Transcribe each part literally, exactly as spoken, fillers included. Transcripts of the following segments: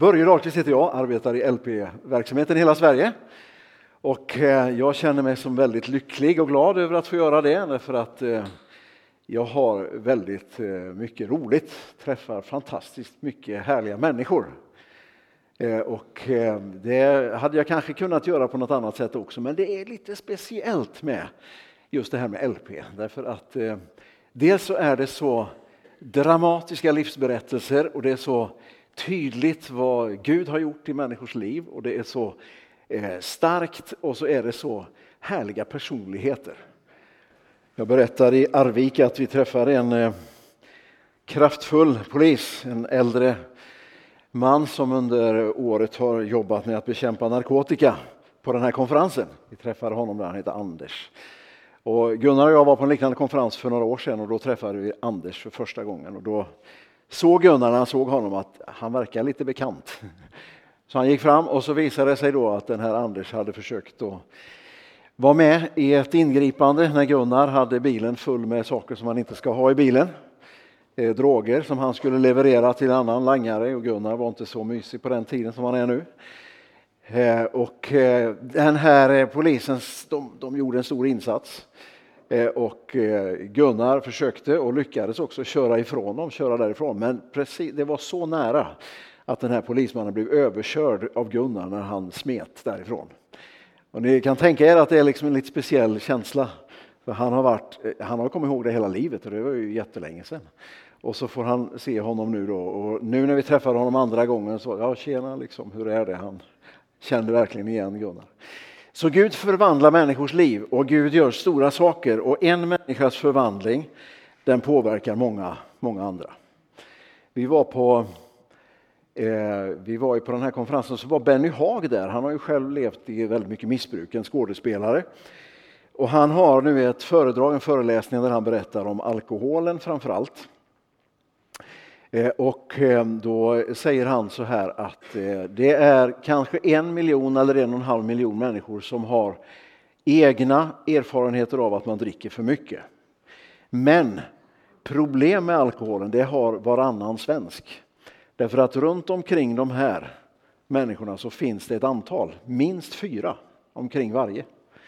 Börje Dahlqvist heter jag, arbetar i L P-verksamheten i hela Sverige. Och jag känner mig som väldigt lycklig och glad över att få göra det. Därför att jag har väldigt mycket roligt, träffar fantastiskt mycket härliga människor. Och det hade jag kanske kunnat göra på något annat sätt också. Men det är lite speciellt med just det här med L P. Därför att dels så är det så dramatiska livsberättelser och det är så tydligt vad Gud har gjort i människors liv. Och det är så eh, starkt och så är det så härliga personligheter. Jag berättar i Arvika att vi träffade en eh, kraftfull polis, en äldre man som under året har jobbat med att bekämpa narkotika på den här konferensen. Vi träffade honom där, han heter Anders. Och Gunnar och jag var på en liknande konferens för några år sedan och då träffade vi Anders för första gången. Och då såg Gunnar när han såg honom att han verkar lite bekant. Så han gick fram och så visade det sig då att den här Anders hade försökt att vara med i ett ingripande när Gunnar hade bilen full med saker som han inte ska ha i bilen. Eh, droger som han skulle leverera till en annan langare och Gunnar var inte så mysig på den tiden som han är nu. Eh, och eh, den här eh, polisen, de, de gjorde en stor insats. Eh, och eh, Gunnar försökte och lyckades också köra ifrån dem, köra därifrån. Men precis, det var så nära att den här polismannen blev överkörd av Gunnar när han smet därifrån. Och ni kan tänka er att det är liksom en lite speciell känsla. För han har, varit, han har kommit ihåg det hela livet och det var ju jättelänge sedan. Och så får han se honom nu då. Och nu när vi träffade honom andra gången så, ja tjena liksom, hur är det? Han kände verkligen igen Gunnar. Så Gud förvandlar människors liv och Gud gör stora saker. Och en människas förvandling, den påverkar många, många andra. Vi var på... Eh, vi var ju på den här konferensen så var Benny Haag där. Han har ju själv levt i väldigt mycket missbruk, en skådespelare. Och han har nu ett föredrag, en föreläsning där han berättar om alkoholen framförallt. Eh, och eh, då säger han så här att eh, det är kanske en miljon eller en och en halv miljon människor som har egna erfarenheter av att man dricker för mycket. Men problem med alkoholen, det har varannan svensk. Därför att runt omkring de här människorna så finns det ett antal, minst fyra omkring varje.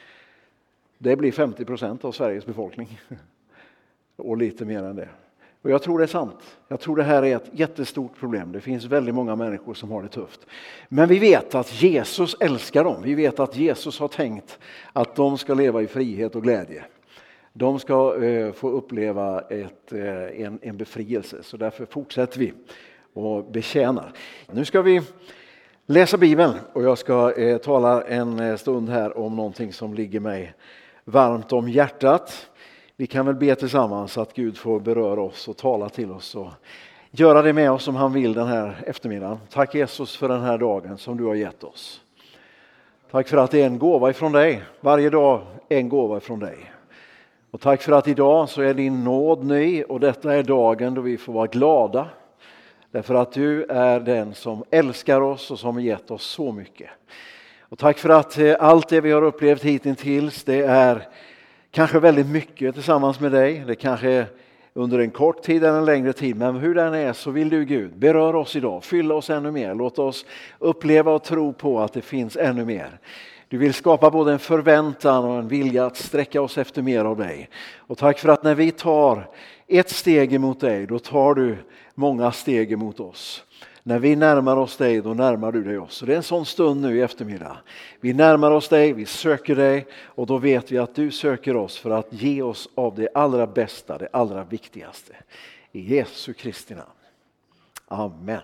Det blir femtio procent av Sveriges befolkning och lite mer än det. Och jag tror det är sant. Jag tror det här är ett jättestort problem. Det finns väldigt många människor som har det tufft. Men vi vet att Jesus älskar dem. Vi vet att Jesus har tänkt att de ska leva i frihet och glädje. De ska eh, få uppleva ett, eh, en, en befrielse. Så därför fortsätter vi och betjänar. Nu ska vi läsa Bibeln och jag ska eh, tala en stund här om någonting som ligger mig varmt om hjärtat. Vi kan väl be tillsammans att Gud får beröra oss och tala till oss och göra det med oss som han vill den här eftermiddagen. Tack Jesus för den här dagen som du har gett oss. Tack för att det är en gåva ifrån dig. Varje dag är en gåva ifrån dig. Och tack för att idag så är din nåd ny och detta är dagen då vi får vara glada. Därför att du är den som älskar oss och som har gett oss så mycket. Och tack för att allt det vi har upplevt hittills, det är kanske väldigt mycket tillsammans med dig. Det kanske är under en kort tid eller en längre tid. Men hur den är så vill du Gud beröra oss idag. Fylla oss ännu mer. Låt oss uppleva och tro på att det finns ännu mer. Du vill skapa både en förväntan och en vilja att sträcka oss efter mer av dig. Och tack för att när vi tar ett steg emot dig, då tar du många steg emot oss. När vi närmar oss dig, då närmar du dig oss. Så det är en sån stund nu i eftermiddag. Vi närmar oss dig, vi söker dig och då vet vi att du söker oss för att ge oss av det allra bästa, det allra viktigaste. I Jesu Kristi namn. Amen.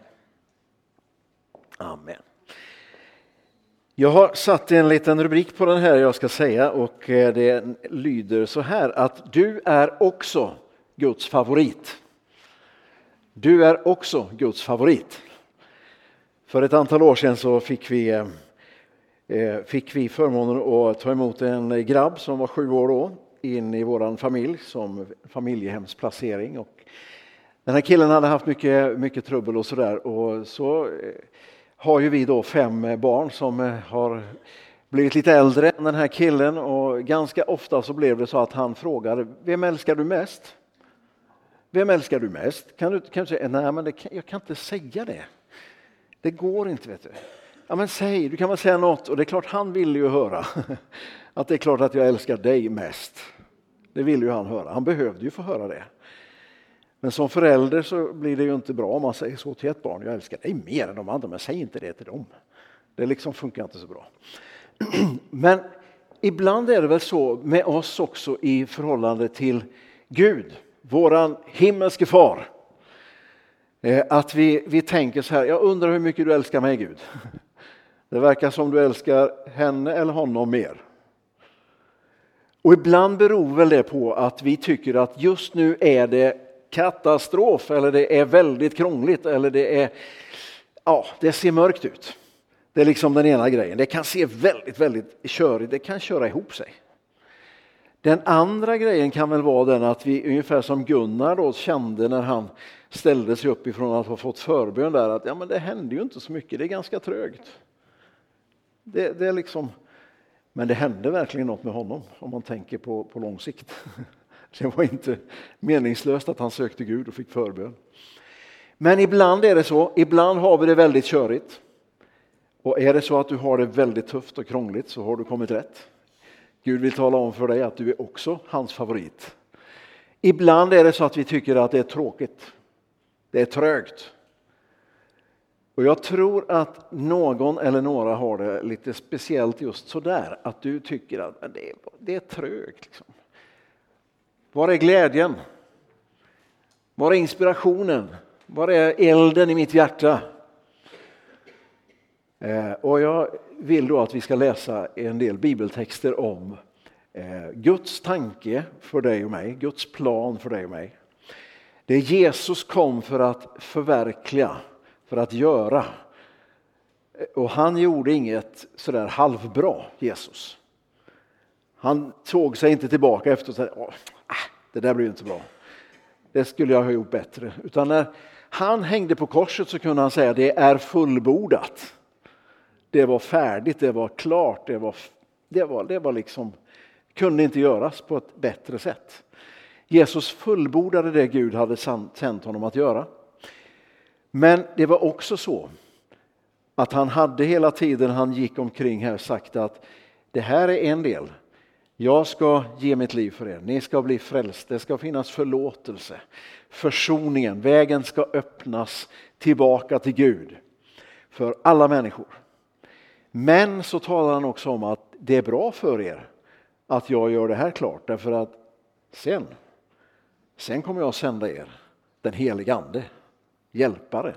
Amen. Jag har satt en liten rubrik på den här jag ska säga och det lyder så här att du är också Guds favorit. Du är också Guds favorit. För ett antal år sedan så fick vi, eh, fick vi förmånen att ta emot en grabb som var sju år då in i våran familj som familjehemsplacering. Och den här killen hade haft mycket, mycket trubbel och sådär och så eh, har ju vi då fem barn som eh, har blivit lite äldre än den här killen och ganska ofta så blev det så att han frågade, vem älskar du mest? Vem älskar du mest? Kan du, kan du säga, nej men det, jag kan inte säga det. Det går inte, vet du. Ja, men säg, du kan väl säga något. Och det är klart, han vill ju höra att det är klart att jag älskar dig mest. Det vill ju han höra. Han behövde ju få höra det. Men som förälder så blir det ju inte bra om man säger så till ett barn. Jag älskar dig mer än de andra, men säg inte det till dem. Det liksom funkar inte så bra. Men ibland är det väl så med oss också i förhållande till Gud, våran himmelske far. Att vi, vi tänker så här, jag undrar hur mycket du älskar mig, Gud. Det verkar som du älskar henne eller honom mer. Och ibland beror väl det på att vi tycker att just nu är det katastrof, eller det är väldigt krångligt, eller det är, ja, det ser mörkt ut. Det är liksom den ena grejen. Det kan se väldigt, väldigt körigt, det kan köra ihop sig. Den andra grejen kan väl vara den att vi, ungefär som Gunnar då kände när han ställde sig upp ifrån att ha fått förbön där, att ja, men det händer ju inte så mycket, det är ganska trögt. Det, det är liksom, men det hände verkligen något med honom om man tänker på, på lång sikt. Det var inte meningslöst att han sökte Gud och fick förbön. Men ibland är det så, ibland har vi det väldigt körigt. Och är det så att du har det väldigt tufft och krångligt så har du kommit rätt. Gud vill tala om för dig att du är också hans favorit. Ibland är det så att vi tycker att det är tråkigt. Det är trögt. Och jag tror att någon eller några har det lite speciellt just så där. Att du tycker att det är, det är trögt. Liksom. Var är glädjen? Var är inspirationen? Var är elden i mitt hjärta? Eh, och jag vill då att vi ska läsa en del bibeltexter om eh, Guds tanke för dig och mig. Guds plan för dig och mig. Det Jesus kom för att förverkliga, för att göra. Och han gjorde inget sådär halvbra, Jesus. Han såg sig inte tillbaka efter och sa, åh, det där blir inte bra. Det skulle jag ha gjort bättre. Utan när han hängde på korset så kunde han säga, det är fullbordat. Det var färdigt, det var klart, det var, det var, det var liksom, kunde inte göras på ett bättre sätt. Jesus fullbordade det Gud hade sänt honom att göra. Men det var också så att han hade hela tiden han gick omkring här sagt att det här är en del. Jag ska ge mitt liv för er. Ni ska bli frälst. Det ska finnas förlåtelse. Försoningen. Vägen ska öppnas tillbaka till Gud. För alla människor. Men så talar han också om att det är bra för er att jag gör det här klart. Därför att sen, sen kommer jag sända er den heliga ande. Hjälparen.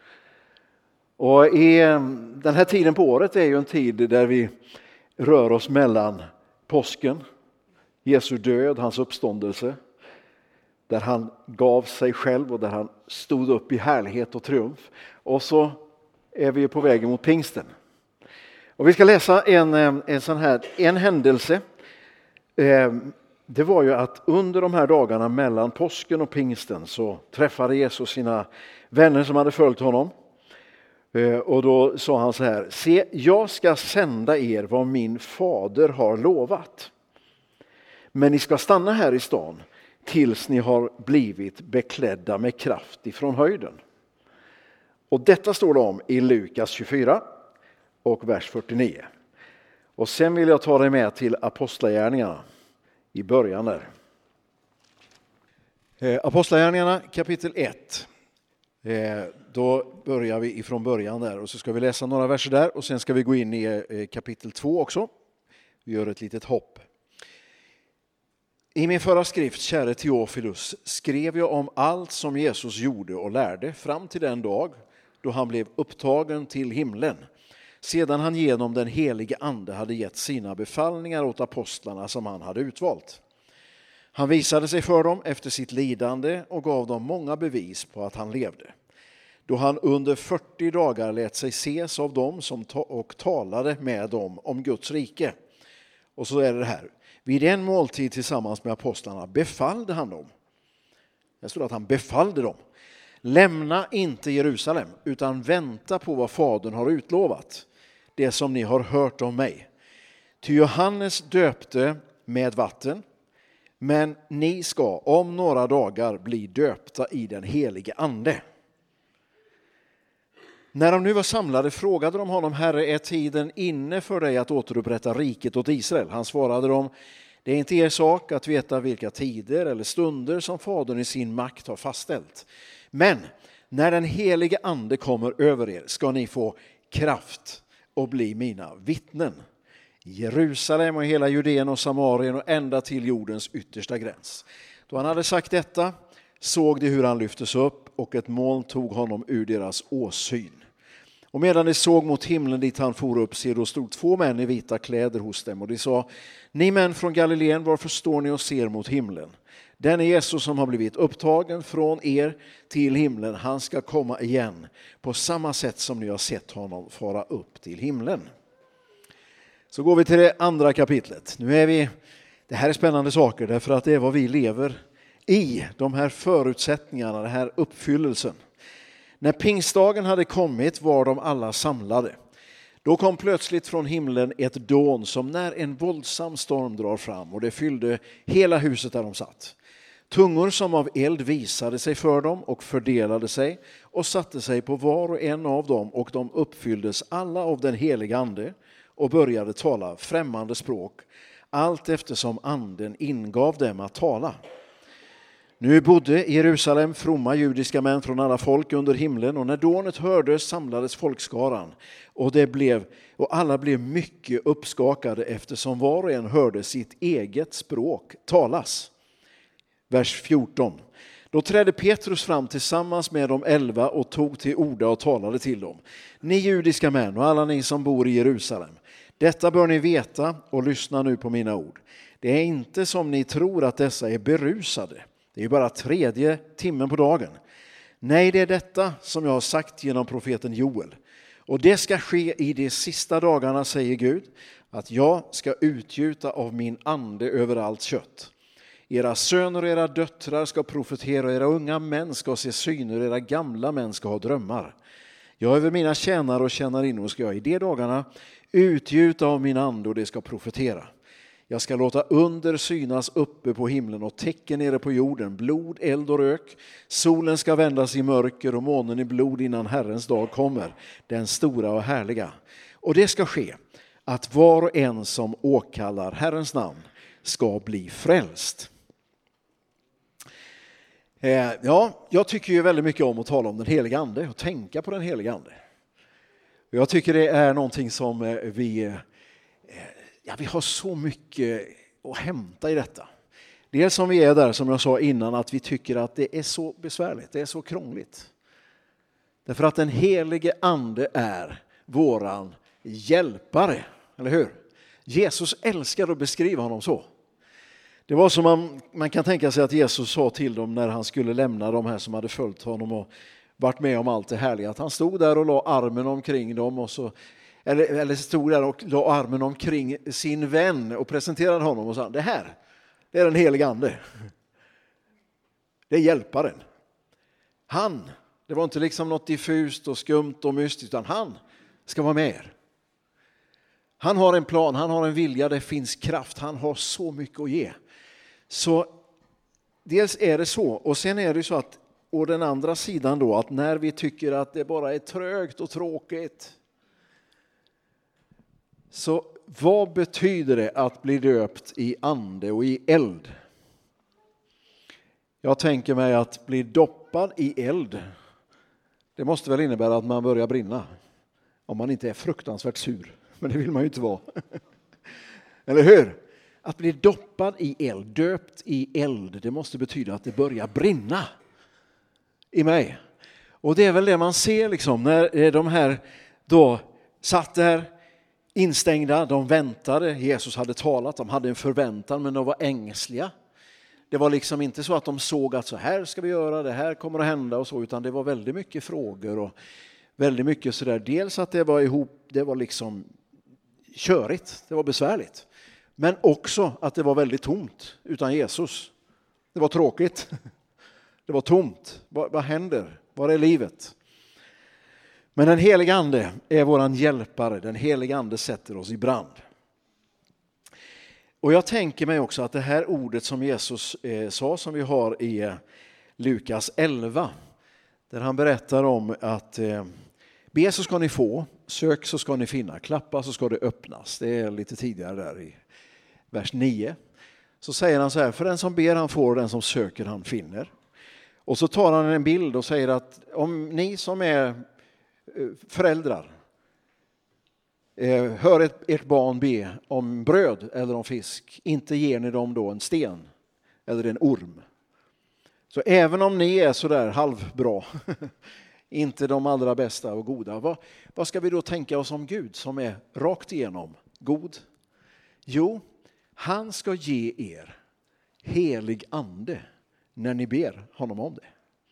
Och i den här tiden på året är ju en tid där vi rör oss mellan påsken, Jesu död, hans uppståndelse, där han gav sig själv och där han stod upp i härlighet och triumf. Och så är vi på väg mot pingsten. Och vi ska läsa en, en sån här en händelse. Det var ju att under de här dagarna mellan påsken och pingsten så träffade Jesus sina vänner som hade följt honom. Och då sa han så här, se, jag ska sända er vad min fader har lovat. Men ni ska stanna här i stan tills ni har blivit beklädda med kraft ifrån höjden. Och detta står det om i Lukas tjugofyra och vers fyrtionio. Och sen vill jag ta dig med till Apostlagärningarna i början där. Apostlagärningarna kapitel ett. Då börjar vi ifrån början där och så ska vi läsa några verser där och sen ska vi gå in i kapitel två också. Vi gör ett litet hopp. I min förra skrift, käre Teofilus, skrev jag om allt som Jesus gjorde och lärde fram till den dag då han blev upptagen till himlen. Sedan han genom den helige ande hade gett sina befallningar åt apostlarna som han hade utvalt. Han visade sig för dem efter sitt lidande och gav dem många bevis på att han levde. Då han under fyrtio dagar lät sig ses av dem som ta- och talade med dem om Guds rike. Och så är det här. Vid en måltid tillsammans med apostlarna befallde han dem. Jag står att han befallde dem. Lämna inte Jerusalem utan vänta på vad Fadern har utlovat. Det som ni har hört om mig. Ty Johannes döpte med vatten. Men ni ska om några dagar bli döpta i den helige ande. När de nu var samlade frågade de honom: Herre, är tiden inne för dig att återupprätta riket åt Israel? Han svarade dem: det är inte er sak att veta vilka tider eller stunder som Fadern i sin makt har fastställt. Men när den helige ande kommer över er ska ni få kraft och bli mina vittnen. I Jerusalem och hela Judeen och Samarien och ända till jordens yttersta gräns. Då han hade sagt detta såg de hur han lyftes upp och ett moln tog honom ur deras åsyn. Och medan de såg mot himlen dit han for upp, se då stod två män i vita kläder hos dem och de sa: ni män från Galileen, varför står ni och ser mot himlen? Den är Jesus som har blivit upptagen från er till himlen, han ska komma igen på samma sätt som ni har sett honom fara upp till himlen. Så går vi till det andra kapitlet. Nu är vi, det här är spännande saker därför att det är vad vi lever i, de här förutsättningarna, den här uppfyllelsen. När pingstdagen hade kommit var de alla samlade. Då kom plötsligt från himlen ett dån som när en våldsam storm drar fram, och det fyllde hela huset där de satt. Tungor som av eld visade sig för dem och fördelade sig och satte sig på var och en av dem, och de uppfylldes alla av den heliga ande och började tala främmande språk, allt eftersom anden ingav dem att tala. Nu bodde i Jerusalem fromma judiska män från alla folk under himlen, och när dånet hördes samlades folkskaran, och, det blev, och alla blev mycket uppskakade eftersom var och en hörde sitt eget språk talas. Vers fjorton. Då trädde Petrus fram tillsammans med de elva och tog till orda och talade till dem. Ni judiska män och alla ni som bor i Jerusalem, detta bör ni veta och lyssna nu på mina ord. Det är inte som ni tror att dessa är berusade. Det är ju bara tredje timmen på dagen. Nej, det är detta som jag har sagt genom profeten Joel. Och det ska ske i de sista dagarna, säger Gud, att jag ska utgjuta av min ande över allt kött. Era söner och era döttrar ska profetera, era unga män ska se syner, era gamla män ska ha drömmar. Jag över mina tjänare och tjänarinnor ska jag i de dagarna utgjuta av min ande och det ska profetera. Jag ska låta under synas uppe på himlen och tecken nere på jorden, blod, eld och rök. Solen ska vändas i mörker och månen i blod innan Herrens dag kommer, den stora och härliga. Och det ska ske att var och en som åkallar Herrens namn ska bli frälst. Eh, ja, jag tycker ju väldigt mycket om att tala om den heliga ande och tänka på den heliga ande. Jag tycker det är någonting som vi... Eh, Ja, vi har så mycket att hämta i detta. Dels som vi är där, som jag sa innan, att vi tycker att det är så besvärligt, det är så krångligt. Därför att den helige ande är våran hjälpare, eller hur? Jesus älskar att beskriva honom så. Det var som man, man kan tänka sig att Jesus sa till dem när han skulle lämna de här som hade följt honom och varit med om allt det härliga. Att han stod där och la armen omkring dem och så Eller, eller stod där och la armen omkring sin vän och presenterade honom och sa: det här, det är den heliga ande. Det är hjälparen. Han, det var inte liksom något diffust och skumt och mystiskt, utan han ska vara med er. Han har en plan, han har en vilja, det finns kraft, han har så mycket att ge. Så dels är det så, och sen är det så att, och den andra sidan då, att när vi tycker att det bara är trögt och tråkigt, så vad betyder det att bli döpt i ande och i eld? Jag tänker mig att bli doppad i eld, det måste väl innebära att man börjar brinna. Om man inte är fruktansvärt sur, men det vill man ju inte vara. Eller hur? Att bli doppad i eld, döpt i eld, det måste betyda att det börjar brinna i mig. Och det är väl det man ser liksom när de här då satt där instängda, de väntade. Jesus hade talat, de hade en förväntan, men de var ängsliga. Det var liksom inte så att de såg att så här ska vi göra, det här kommer att hända och så, utan det var väldigt mycket frågor och väldigt mycket sådär. Dels att det var ihop, det var liksom körigt, det var besvärligt. Men också att det var väldigt tomt utan Jesus. Det var tråkigt. Det var tomt. Vad, vad händer? Var är livet? Men den heliga ande är våran hjälpare. Den heliga ande sätter oss i brand. Och jag tänker mig också att det här ordet som Jesus eh, sa, som vi har i eh, Lukas elva, där han berättar om att eh, Be så ska ni få, sök så ska ni finna, klappa så ska det öppnas. Det är lite tidigare där i vers nio. Så säger han så här, för den som ber han får, den som söker han finner. Och så tar han en bild och säger att om ni som är föräldrar hör ett, ert barn be om bröd eller om fisk, inte ger ni dem då en sten eller en orm. Så även om ni är så där halvbra, inte de allra bästa och goda, vad, vad ska vi då tänka oss om Gud som är rakt igenom god? Jo, han ska ge er helig ande när ni ber honom om det.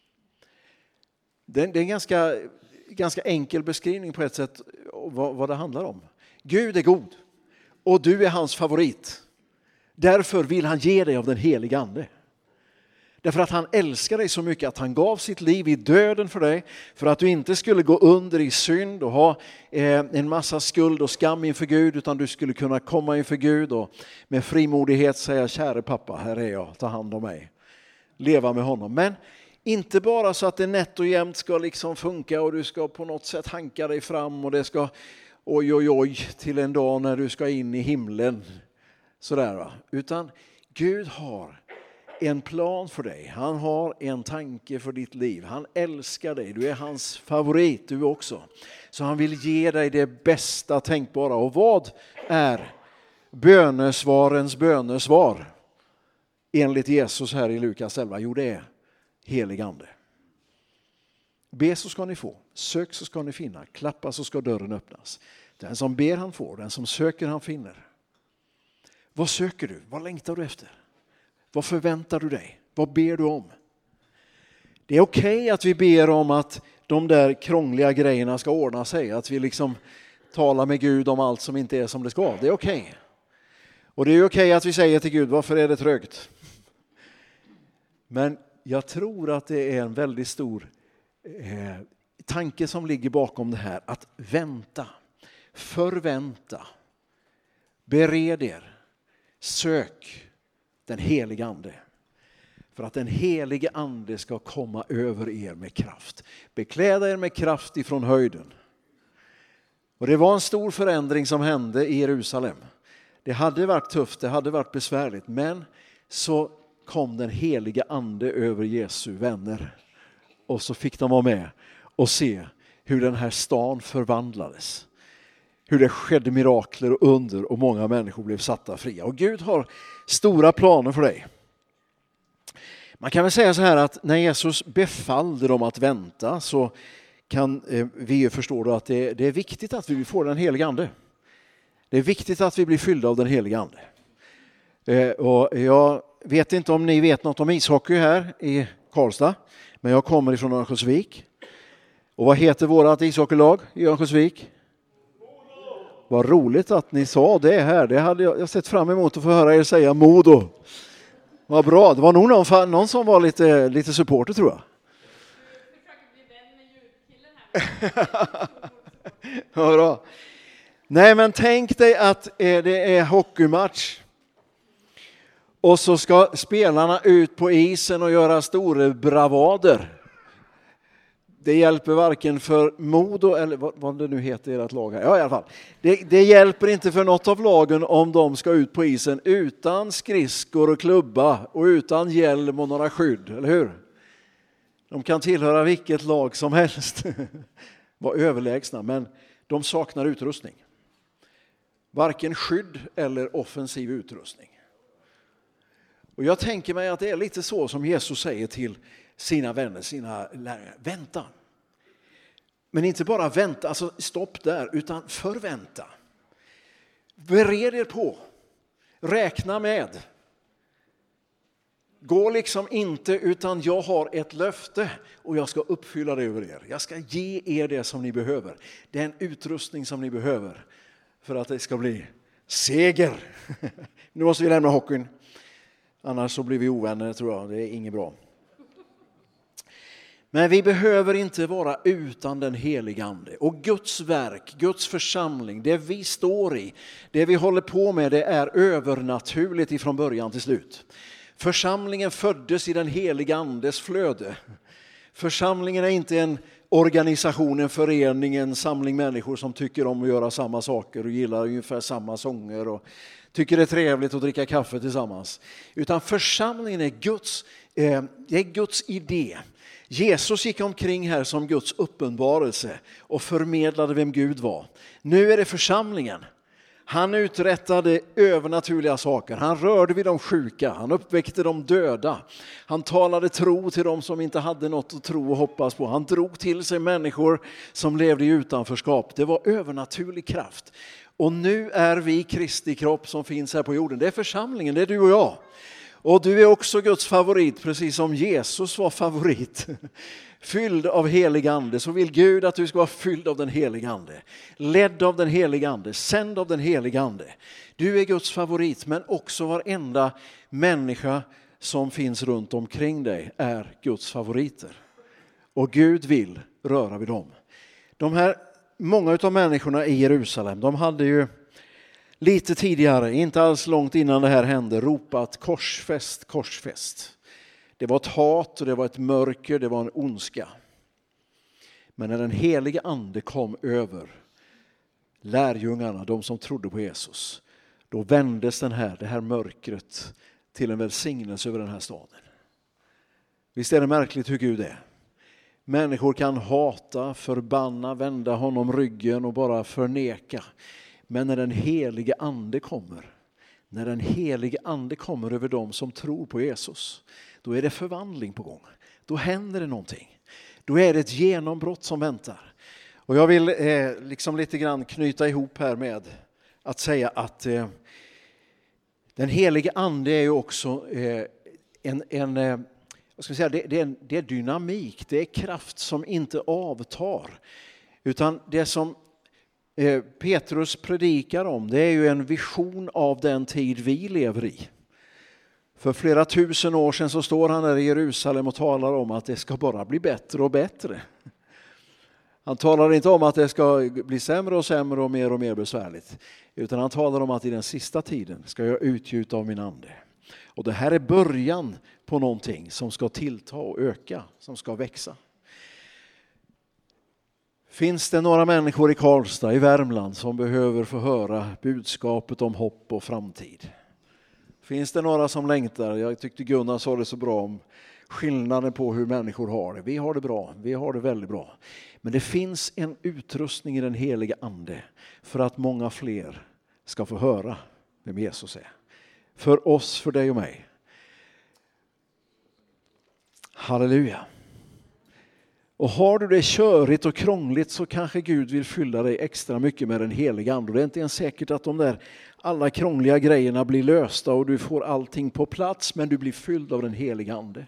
Det, det är en ganska, ganska enkel beskrivning på ett sätt vad, vad det handlar om. Gud är god och du är hans favorit. Därför vill han ge dig av den heliga ande. Därför att han älskar dig så mycket att han gav sitt liv i döden för dig. För att du inte skulle gå under i synd och ha eh, en massa skuld och skam inför Gud. Utan du skulle kunna komma inför Gud och med frimodighet säga, käre pappa, här är jag, ta hand om mig. Leva med honom. Men inte bara så att det nätt och jämnt ska liksom funka och du ska på något sätt hanka dig fram. Och det ska oj oj oj till en dag när du ska in i himlen. Sådär va. Utan Gud har en plan för dig. Han har en tanke för ditt liv. Han älskar dig. Du är hans favorit du också. Så han vill ge dig det bästa tänkbara. Och vad är bönesvarens bönesvar? Enligt Jesus här i Lukas elva. Jo, det är helig ande. Be så ska ni få. Sök så ska ni finna. Klappa så ska dörren öppnas. Den som ber han får. Den som söker han finner. Vad söker du? Vad längtar du efter? Vad förväntar du dig? Vad ber du om? Det är okej okay att vi ber om att de där krångliga grejerna ska ordna sig. Att vi liksom talar med Gud om allt som inte är som det ska. Det är okej. Okay. Och det är okej okay att vi säger till Gud, varför är det trögt? Men jag tror att det är en väldigt stor eh, tanke som ligger bakom det här. Att vänta, förvänta, bered er, sök den heliga ande. För att den heliga ande ska komma över er med kraft. Bekläda er med kraft ifrån höjden. Och det var en stor förändring som hände i Jerusalem. Det hade varit tufft, det hade varit besvärligt. Men så kom den heliga ande över Jesu vänner. Och så fick de vara med och se hur den här stan förvandlades. Hur det skedde mirakler och under och många människor blev satta fria. Och Gud har stora planer för dig. Man kan väl säga så här att när Jesus befallde dem att vänta så kan vi ju förstå då att det, det är viktigt att vi får den heliga ande. Det är viktigt att vi blir fyllda av den heliga ande. Eh, och jag vet inte om ni vet något om ishockey här i Karlstad. Men jag kommer ifrån Örnsköldsvik. Och vad heter vårat ishockeylag i Örnsköldsvik? Vad roligt att ni sa det här. Det hade jag, jag sett fram emot att få höra er säga Modo. Vad bra. Det var nog någon, någon som var lite, lite supporter tror jag. Vad bra. Nej men tänk dig att eh, det är hockeymatch. Och så ska spelarna ut på isen och göra stora bravader. Det hjälper varken för Modo eller vad, vad det nu heter ert lag här. Ja i alla fall. Det, det hjälper inte för något av lagen om de ska ut på isen utan skridskor och klubba och utan hjälm och några skydd, eller hur? De kan tillhöra vilket lag som helst. Var överlägsna, men de saknar utrustning. Varken skydd eller offensiv utrustning. Och jag tänker mig att det är lite så som Jesus säger till sina vänner, sina lärare. Vänta. Men inte bara vänta, alltså stopp där, utan förvänta. Bered er på. Räkna med. Gå liksom inte, utan jag har ett löfte och jag ska uppfylla det över er. Jag ska ge er det som ni behöver. Den utrustning som ni behöver för att det ska bli seger. Nu måste vi lämna hockeyn. Annars så blir vi ovänner tror jag. Det är inget bra. Men vi behöver inte vara utan den heliga ande. Och Guds verk, Guds församling, det vi står i, det vi håller på med, det är övernaturligt ifrån början till slut. Församlingen föddes i den heliga andes flöde. Församlingen är inte en organisation, en förening, en samling människor som tycker om att göra samma saker och gillar ungefär samma sånger och tycker det är trevligt att dricka kaffe tillsammans. Utan församlingen är Guds, eh, det är Guds idé. Jesus gick omkring här som Guds uppenbarelse och förmedlade vem Gud var. Nu är det församlingen. Han uträttade övernaturliga saker. Han rörde vid de sjuka. Han uppväckte de döda. Han talade tro till de som inte hade något att tro och hoppas på. Han drog till sig människor som levde i utanförskap. Det var övernaturlig kraft. Och nu är vi Kristi kropp som finns här på jorden. Det är församlingen, det är du och jag. Och du är också Guds favorit, precis som Jesus var favorit. Fylld av helig ande, så vill Gud att du ska vara fylld av den heliga ande. Ledd av den heliga ande, sänd av den heliga ande. Du är Guds favorit, men också varenda människa som finns runt omkring dig är Guds favoriter. Och Gud vill röra vid dem. De här, många av människorna i Jerusalem, de hade ju lite tidigare, inte alls långt innan det här hände, ropat korsfäst, korsfäst. Det var ett hat och det var ett mörker, det var en ondska. Men när den heliga ande kom över lärjungarna, de som trodde på Jesus, då vändes den här, det här mörkret till en välsignelse över den här staden. Visst är det märkligt hur Gud är? Människor kan hata, förbanna, vända honom ryggen och bara förneka. Men när den helige ande kommer, när den helige ande kommer över dem som tror på Jesus, då är det förvandling på gång. Då händer det någonting. Då är det ett genombrott som väntar. Och jag vill eh, liksom lite grann knyta ihop här med att säga att eh, den helige ande är ju också eh, en, en eh, vad ska jag säga, det, det, är en, det är dynamik, det är kraft som inte avtar. Utan det som eh, Petrus predikar om, det är ju en vision av den tid vi lever i. För flera tusen år sedan så står han där i Jerusalem och talar om att det ska bara bli bättre och bättre. Han talar inte om att det ska bli sämre och sämre och mer och mer besvärligt. Utan han talar om att i den sista tiden ska jag utgjuta av min ande. Och det här är början på någonting som ska tillta och öka, som ska växa. Finns det några människor i Karlstad, i Värmland, som behöver få höra budskapet om hopp och framtid? Finns det några som längtar? Jag tyckte Gunnar sa det så bra om skillnaden på hur människor har det. Vi har det bra, vi har det väldigt bra. Men det finns en utrustning i den heliga ande för att många fler ska få höra vem Jesus är. För oss, för dig och mig. Halleluja. Och har du det körigt och krångligt så kanske Gud vill fylla dig extra mycket med den heliga ande. Och det är inte ens säkert att de där alla krångliga grejerna blir lösta och du får allting på plats, men du blir fylld av den heliga ande.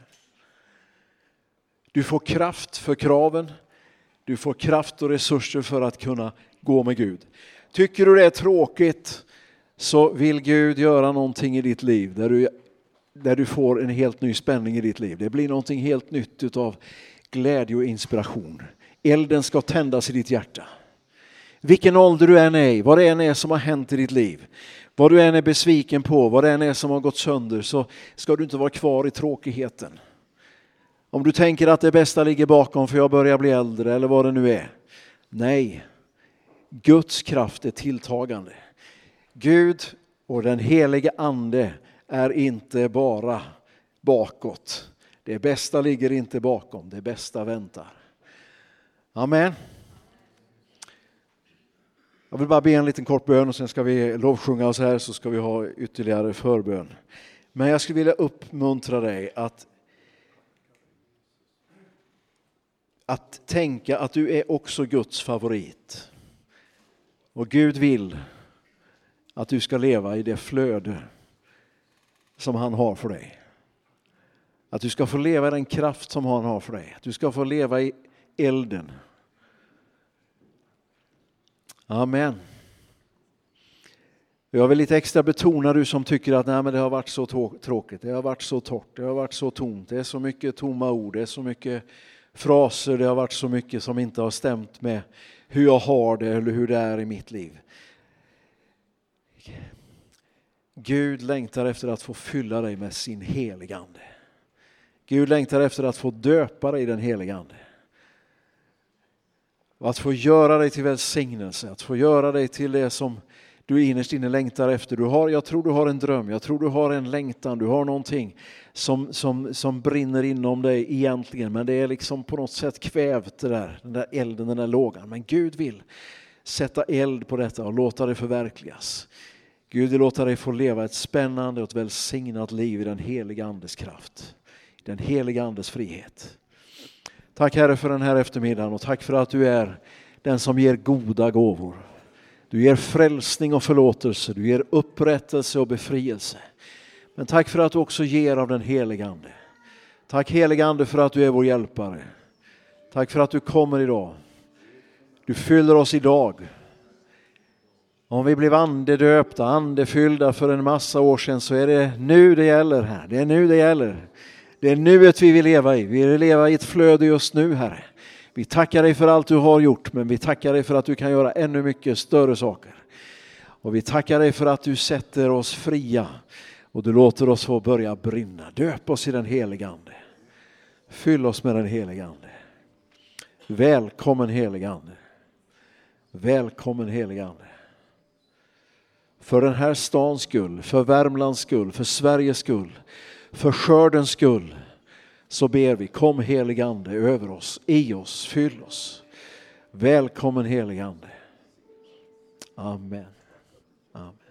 Du får kraft för kraven. Du får kraft och resurser för att kunna gå med Gud. Tycker du det är tråkigt så vill Gud göra någonting i ditt liv där du, där du får en helt ny spänning i ditt liv. Det blir någonting helt nytt utav glädje och inspiration. Elden ska tändas i ditt hjärta. Vilken ålder du än är i, vad det än är som har hänt i ditt liv, vad du än är besviken på, vad det än är som har gått sönder, så ska du inte vara kvar i tråkigheten. Om du tänker att det bästa ligger bakom för jag börjar bli äldre eller vad det nu är. Nej, Guds kraft är tilltagande. Gud och den heliga ande är inte bara bakåt. Det bästa ligger inte bakom, det bästa väntar. Amen. Jag vill bara be en liten kort bön och sen ska vi lovsjunga oss här, så ska vi ha ytterligare förbön. Men jag skulle vilja uppmuntra dig att att tänka att du är också Guds favorit. Och Gud vill att du ska leva i det flöde som han har för dig. Att du ska få leva i den kraft som han har för dig. Att du ska få leva i elden. Amen. Jag vill lite extra betona, du som tycker att nej, men det har varit så tråkigt, det har varit så torrt, det har varit så tomt, det är så mycket tomma ord, det är så mycket fraser, det har varit så mycket som inte har stämt med hur jag har det eller hur det är i mitt liv. Gud längtar efter att få fylla dig med sin heliga ande. Gud längtar efter att få döpa dig i den heliga ande. Och att få göra dig till välsignelse, att få göra dig till det som du innerst inne längtar efter. Du har, jag tror du har en dröm, jag tror du har en längtan, du har någonting som, som, som brinner inom dig egentligen. Men det är liksom på något sätt kvävt det där, den där elden, den där lågan. Men Gud vill sätta eld på detta och låta det förverkligas. Gud vill låta dig få leva ett spännande och ett välsignat liv i den heliga andes kraft. I den heliga andes frihet. Tack Herre för den här eftermiddagen och tack för att du är den som ger goda gåvor. Du ger frälsning och förlåtelse, du ger upprättelse och befrielse. Men tack för att du också ger av den heliga ande. Tack heliga ande för att du är vår hjälpare. Tack för att du kommer idag. Du fyller oss idag. Om vi blev andedöpta, andefyllda för en massa år sedan så är det nu det gäller här. Det är nu det gäller. Det är nuet vi vill leva i. Vi vill leva i ett flöde just nu, Herre. Vi tackar dig för allt du har gjort, men vi tackar dig för att du kan göra ännu mycket större saker. Och vi tackar dig för att du sätter oss fria och du låter oss få börja brinna. Döp oss i den heliga ande. Fyll oss med den heliga ande. Välkommen heliga ande. Välkommen heliga ande. För den här stans skull, för Värmlands skull, för Sveriges skull, för skördens skull, så ber vi, kom heliga ande över oss, i oss, fyll oss. Välkommen heliga ande. Amen. Amen.